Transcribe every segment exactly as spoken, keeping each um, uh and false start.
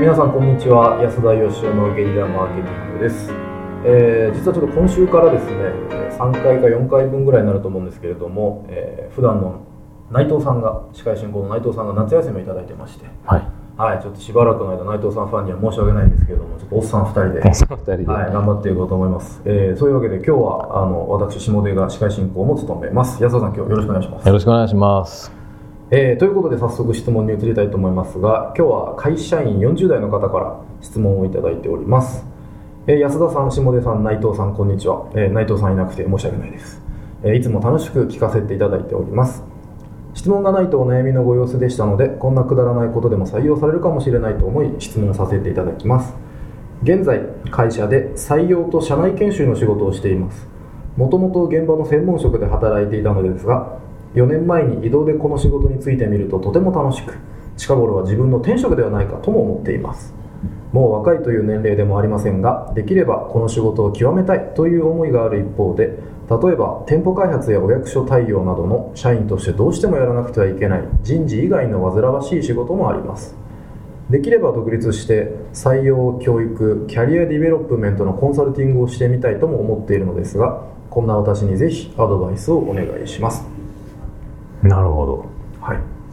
皆さんこんにちは。安田義雄のゲリラマーケティングです。えー、実はちょっと今週からですね、さんかいかよんかいぶんぐらいになると思うんですけれども、えー、普段の内藤さんが司会進行の内藤さんが夏休みをいただいてまして、はいはい、ちょっとしばらくの間内藤さんファンには申し訳ないんですけれども、ちょっとおっさんふたりで、はい、頑張っていこうと思います。えー、そういうわけで今日はあの私下出が司会進行も務めます。安田さん、今日よろしくお願いします。 よろしくお願いします。 えー、ということで早速質問に移りたいと思いますが、今日は会社員よんじゅう代の方から質問をいただいております。えー、安田さん、下出さん、内藤さん、こんにちは。えー、内藤さんいなくて申し訳ないです。えー、いつも楽しく聞かせていただいております。質問がないとお悩みのご様子でしたので、こんなくだらないことでも採用されるかもしれないと思い質問させていただきます。現在会社で採用と社内研修の仕事をしています。もともと現場の専門職で働いていたのですが、よねんまえに異動でこの仕事に就いてみるととても楽しく、近頃は自分の転職ではないかとも思っています。もう若いという年齢でもありませんが、できればこの仕事を極めたいという思いがある一方で、例えば店舗開発やお役所対応などの社員としてどうしてもやらなくてはいけない人事以外の煩わしい仕事もあります。できれば独立して採用、教育、キャリアディベロップメントのコンサルティングをしてみたいとも思っているのですが、こんな私にぜひアドバイスをお願いします。 なるほど、はい、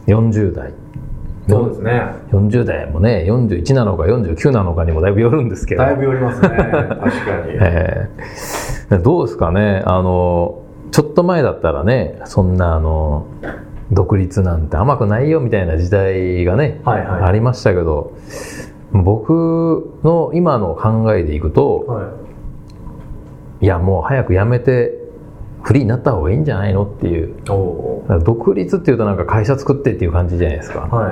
よんじゅう代。 そうですね、 よんじゅう代もね、よんじゅういちなのかよんじゅうきゅうなのかにもだいぶよるんですけど、 だいぶよりますね確かに、 えー、どうですかね。あのちょっと前だったらね、そんなあの独立なんて甘くないよみたいな時代がね、はいはい、ありましたけど、僕の今の考えでいくと、はい、いやもう早く辞めてフリーになった方がいいんじゃないのっていう。独立っていうとなんか会社作ってっていう感じじゃないですか、はい、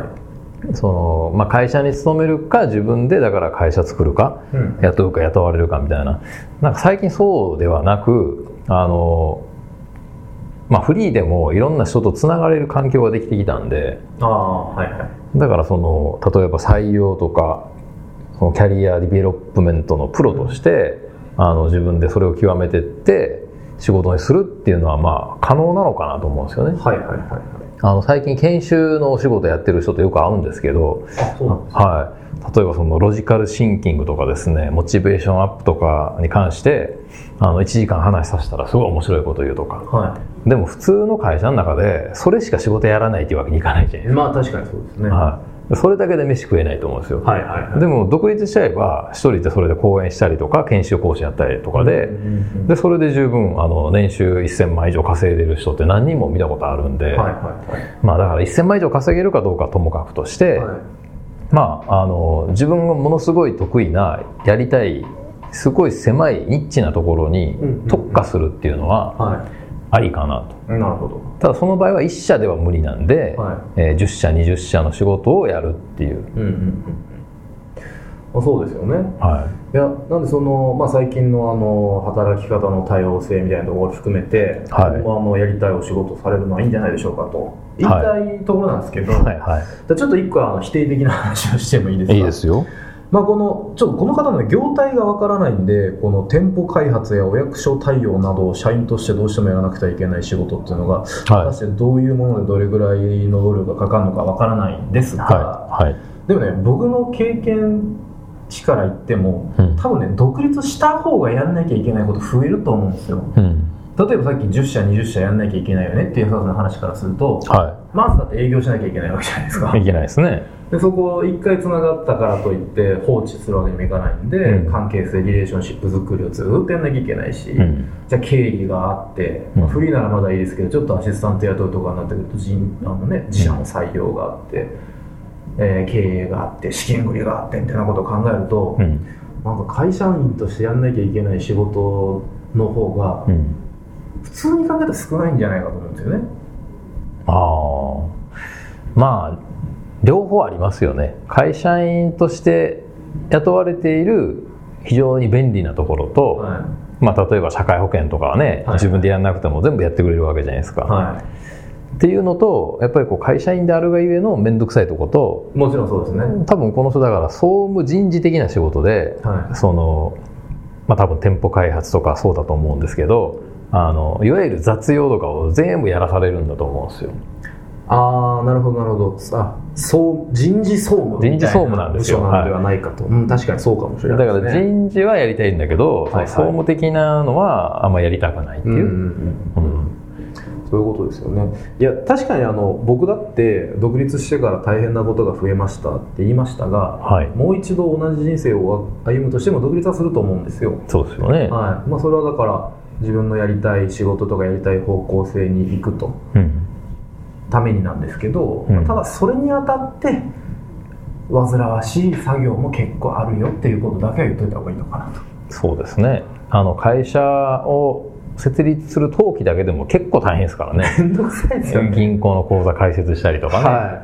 そのまあ、会社に勤めるか自分でだから会社作るか、うん、雇うか雇われるかみたいな、なんか最近そうではなく、あの、まあ、フリーでもいろんな人とつながれる環境ができてきたんで、あ、はいはい、だからその例えば採用とかそのキャリアディベロップメントのプロとして、うん、あの自分でそれを極めてって仕事にするっていうのはまあ可能なのかなと思うんですよね。はいはいはい、はい、あの最近研修のお仕事やってる人とよく会うんですけど、あ、そうなんですね、はい、例えばそのロジカルシンキングとかですね、モチベーションアップとかに関してあのいちじかん話させたらすごい面白いこと言うとか、はい、でも普通の会社の中でそれしか仕事やらないっていうわけにいかないじゃないですか。まあ確かにそうですね、はい、それだけで飯食えないと思うんですよ、はいはいはい、でも独立しちゃえば一人でそれで講演したりとか研修講師やったりとか で,、うんうんうん、でそれで十分あの年収せんまん以上稼いでる人って何人も見たことあるんで、はいはいはい、まあ、だからせんまん以上稼げるかどうかともかくとして、はい、まあ、あの自分がものすごい得意なやりたいすごい狭いニッチなところに特化するっていうのは、うんうんうん、はい、ありかなと。なるほど。ただその場合はいっ社では無理なんで、はい、えー、じゅっ社にじゅっ社の仕事をやるっていう、うんうんうん、まあ、そうですよね、はい、いやなんでその、まあ、最近 の, あの働き方の多様性みたいなところを含めて、はい、あのやりたいお仕事されるのはいいんじゃないでしょうかと言いたいところなんですけど、はいはいはい、ちょっと一個あの否定的な話をしてもいいですか。いいですよ。まあ、このちょっとこの方の業態がわからないんで、この店舗開発やお役所対応などを社員としてどうしてもやらなくてはいけない仕事っていうのが、はい、果たしてどういうものでどれぐらいの労力がかかるのかわからないんですが、はいはい、でもね、僕の経験値から言っても、うん、多分ね、独立した方がやんなきゃいけないこと増えると思うんですよ、うん、例えばさっきじゅっ社にじゅっ社やんなきゃいけないよねっていうの話からすると、はい、まずだって営業しなきゃいけないわけじゃないですか。いけないですね。でそこを一回つながったからといって放置するわけにもいかないんで、うん、関係性リレーションシップ作りをずっとやんなきゃいけないし、うん、じゃあ経理があって、まあ、フリーならまだいいですけど、ちょっとアシスタント雇うとかになってくると人あの、ね、自社の採用があって、えー、経営があって資金繰りがあってみたいなことを考えると、うん、なんか会社員としてやんなきゃいけない仕事の方が、うん、普通に考えたら少ないんじゃないかと思うんですよね。ああ、まあ両方ありますよね。会社員として雇われている非常に便利なところと、はい、まあ、例えば社会保険とかはね、はい、自分でやらなくても全部やってくれるわけじゃないですか、はい、っていうのと、やっぱりこう会社員であるがゆえの面倒くさいところと、もちろんそうですね。多分この人だから総務人事的な仕事で、はい、そのまあ、多分店舗開発とかそうだと思うんですけど、あのいわゆる雑用とかを全部やらされるんだと思うんですよ。 ああ、なるほどなるほど。あ、そう人事総務人事総務なんですよ。 部署なのではないかと、はい、うん、確かにそうかもしれないですね。だから人事はやりたいんだけど、はいはい、総務的なのはあんまやりたくないっていう。うんうんうんうんそういうことですよね。いや確かにあの僕だって独立してから大変なことが増えましたって言いましたが、はい、もう一度同じ人生を歩むとしても独立はすると思うんですよ。 そうですよね、 はいまあ、それはだから自分のやりたい仕事とかやりたい方向性に行くと、うん、ためになんですけど、うん、ただそれにあたって煩わしい作業も結構あるよっていうことだけは言っといた方がいいのかなと。 そうですね。あの会社を設立する登記だけでも結構大変ですからね。 めんどくさいですよね。 銀行の口座開設したりとかね、 はい、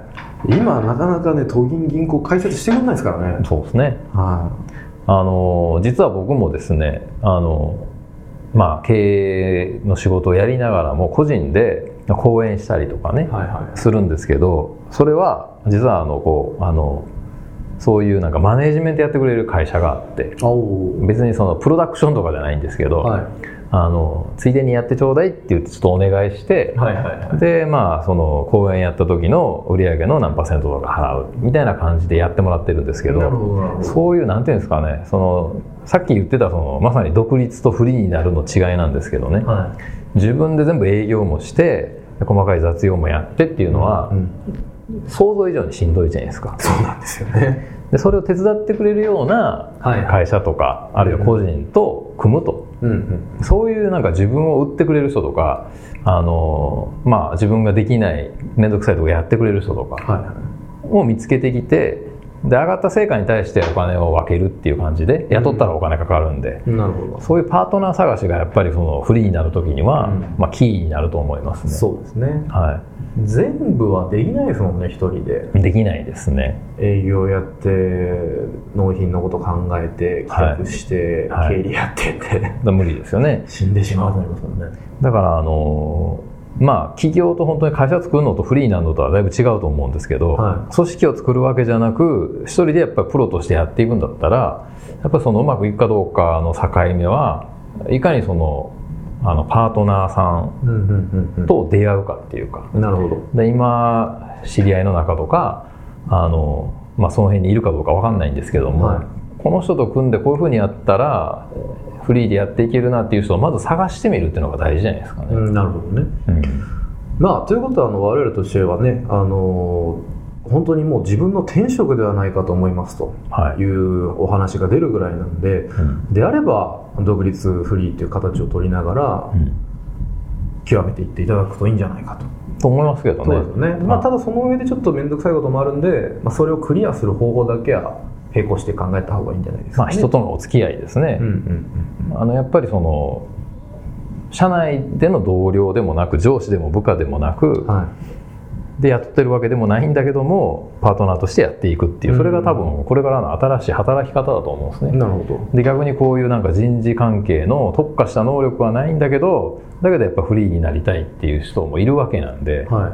今なかなかね都銀銀行開設してくれないですからね。 そうですね、はい、あの実は僕もですねあの、まあ、経営の仕事をやりながらも個人で講演したりとかね、はいはい、するんですけど、それは実はあのこうあのそういうなんかマネージメントやってくれる会社があって、別にそのプロダクションとかじゃないんですけど、はい、あのついでにやってちょうだいって言ってちょっとお願いして、はいはいはい、でまあその講演やった時の売上の何パーセントとか払うみたいな感じでやってもらってるんですけど、そういうなんていうんですかね、そのさっき言ってたそのまさに独立とフリーになるの違いなんですけどね、はい、自分で全部営業もして細かい雑用もやってっていうのは、うんうん想像以上にしんどいじゃないですか。 そうなんですよね。 でそれを手伝ってくれるような会社とか、はい、あるいは個人と組むと、うんうん、そういうなんか自分を売ってくれる人とか、あの、まあ、自分ができない面倒くさいとこやってくれる人とかを見つけてきて、で上がった成果に対してお金を分けるっていう感じで、雇ったらお金かかるんで、うん、なるほど。そういうパートナー探しがやっぱりそのフリーになるときには、うんまあ、キーになると思いますね。 そうですね、 はい、 全部はできないですもんね、一人で。 できないですね。 営業やって納品のこと考えて企画して、はい、経理やってって、 はい、無理ですよね。 死んでしまうとなりますもんね。 だからあのまあ企業と本当に会社作るのとフリーになるのとはだいぶ違うと思うんですけど、はい、組織を作るわけじゃなく一人でやっぱりプロとしてやっていくんだったら、やっぱりそのうまくいくかどうかの境目はいかにそのあのパートナーさんと出会うかっていうか、 うんうんうんうん、なるほど。 で今知り合いの中とかあの、まあ、その辺にいるかどうか分かんないんですけども、はい、この人と組んでこういうふうにやったらフリーでやっていけるなっていう人をまず探してみるっていうのが大事じゃないですかね。 うん、なるほどね、うん、まあということはあの我々としてはね、あの本当にもう自分の天職ではないかと思いますというお話が出るぐらいなんで、はい、であれば独立フリーという形を取りながら、うん、極めていっていただくといいんじゃないかとと思いますけどね。 そうですよね、まあ、ただその上でちょっと面倒くさいこともあるんで、まあ、それをクリアする方法だけは並行して考えた方がいいんじゃないですかね。 まあ、人とのお付き合いですね、うんうんうん、あのやっぱりその社内での同僚でもなく上司でも部下でもなく、はい、で雇ってるわけでもないんだけどもパートナーとしてやっていくっていう、それが多分これからの新しい働き方だと思うんですね。 なるほど。 で逆にこういうなんか人事関係の特化した能力はないんだけど、だけどやっぱフリーになりたいっていう人もいるわけなんで、はい、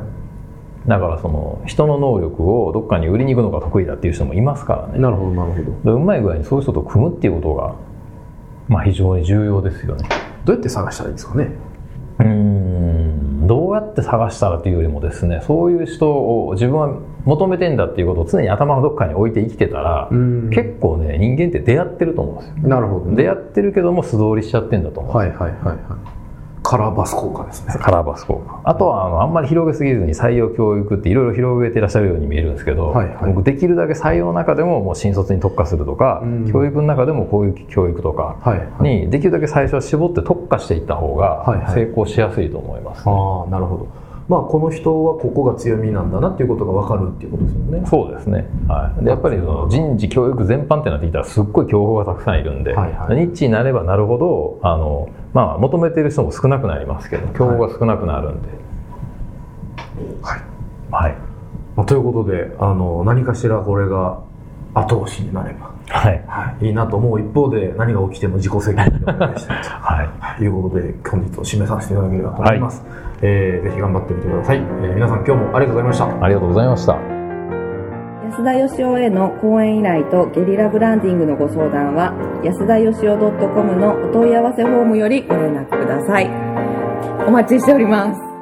だからその人の能力をどっかに売りに行くのが得意だっていう人もいますからね。 なるほどなるほど。 うまい具合にそういう人と組むっていうことが、まあ、非常に重要ですよね。 どうやって探したらいいんですかね。 うーんどうやって探したらというよりもですね、そういう人を自分は求めてんだっていうことを常に頭のどっかに置いて生きてたら、結構ね人間って出会ってると思うんですよ。 なるほど、ね、 出会ってるけども素通りしちゃってんだと思うんですよ。 はいはいはいはい。カラーバス効果ですね。 カラーバス効果。あとはあのあんまり広げすぎずに採用教育っていろいろ広げていらっしゃるように見えるんですけど、はいはい、僕できるだけ採用の中でももう新卒に特化するとか、うん、教育の中でもこういう教育とかにできるだけ最初は絞って特化していった方が成功しやすいと思います、ね。はいはい、 ああなるほど。まあこの人はここが強みなんだなっていうことが分かるっていうことですよね。 そうですね。はい。でやっぱりその人事教育全般ってなってきたらすっごい競合がたくさんいるんで、はいはい、ニッチになればなるほどあのまあ求めている人も少なくなりますけど、競合が少なくなるんで。 はい。 はい。 まあ、ということであの何かしらこれが後押しになれば。 はい、 はい、いいなと思う一方で何が起きても自己責任でお願いしたいと、はい、いうことで本日を締めさせていただければと思います、はいえー、ぜひ頑張ってみてください、えー、皆さん今日もありがとうございました。 ありがとうございました。 安田義雄への講演依頼とゲリラブランディングのご相談は安田義雄 .com のお問い合わせフォームよりご連絡ください。お待ちしております。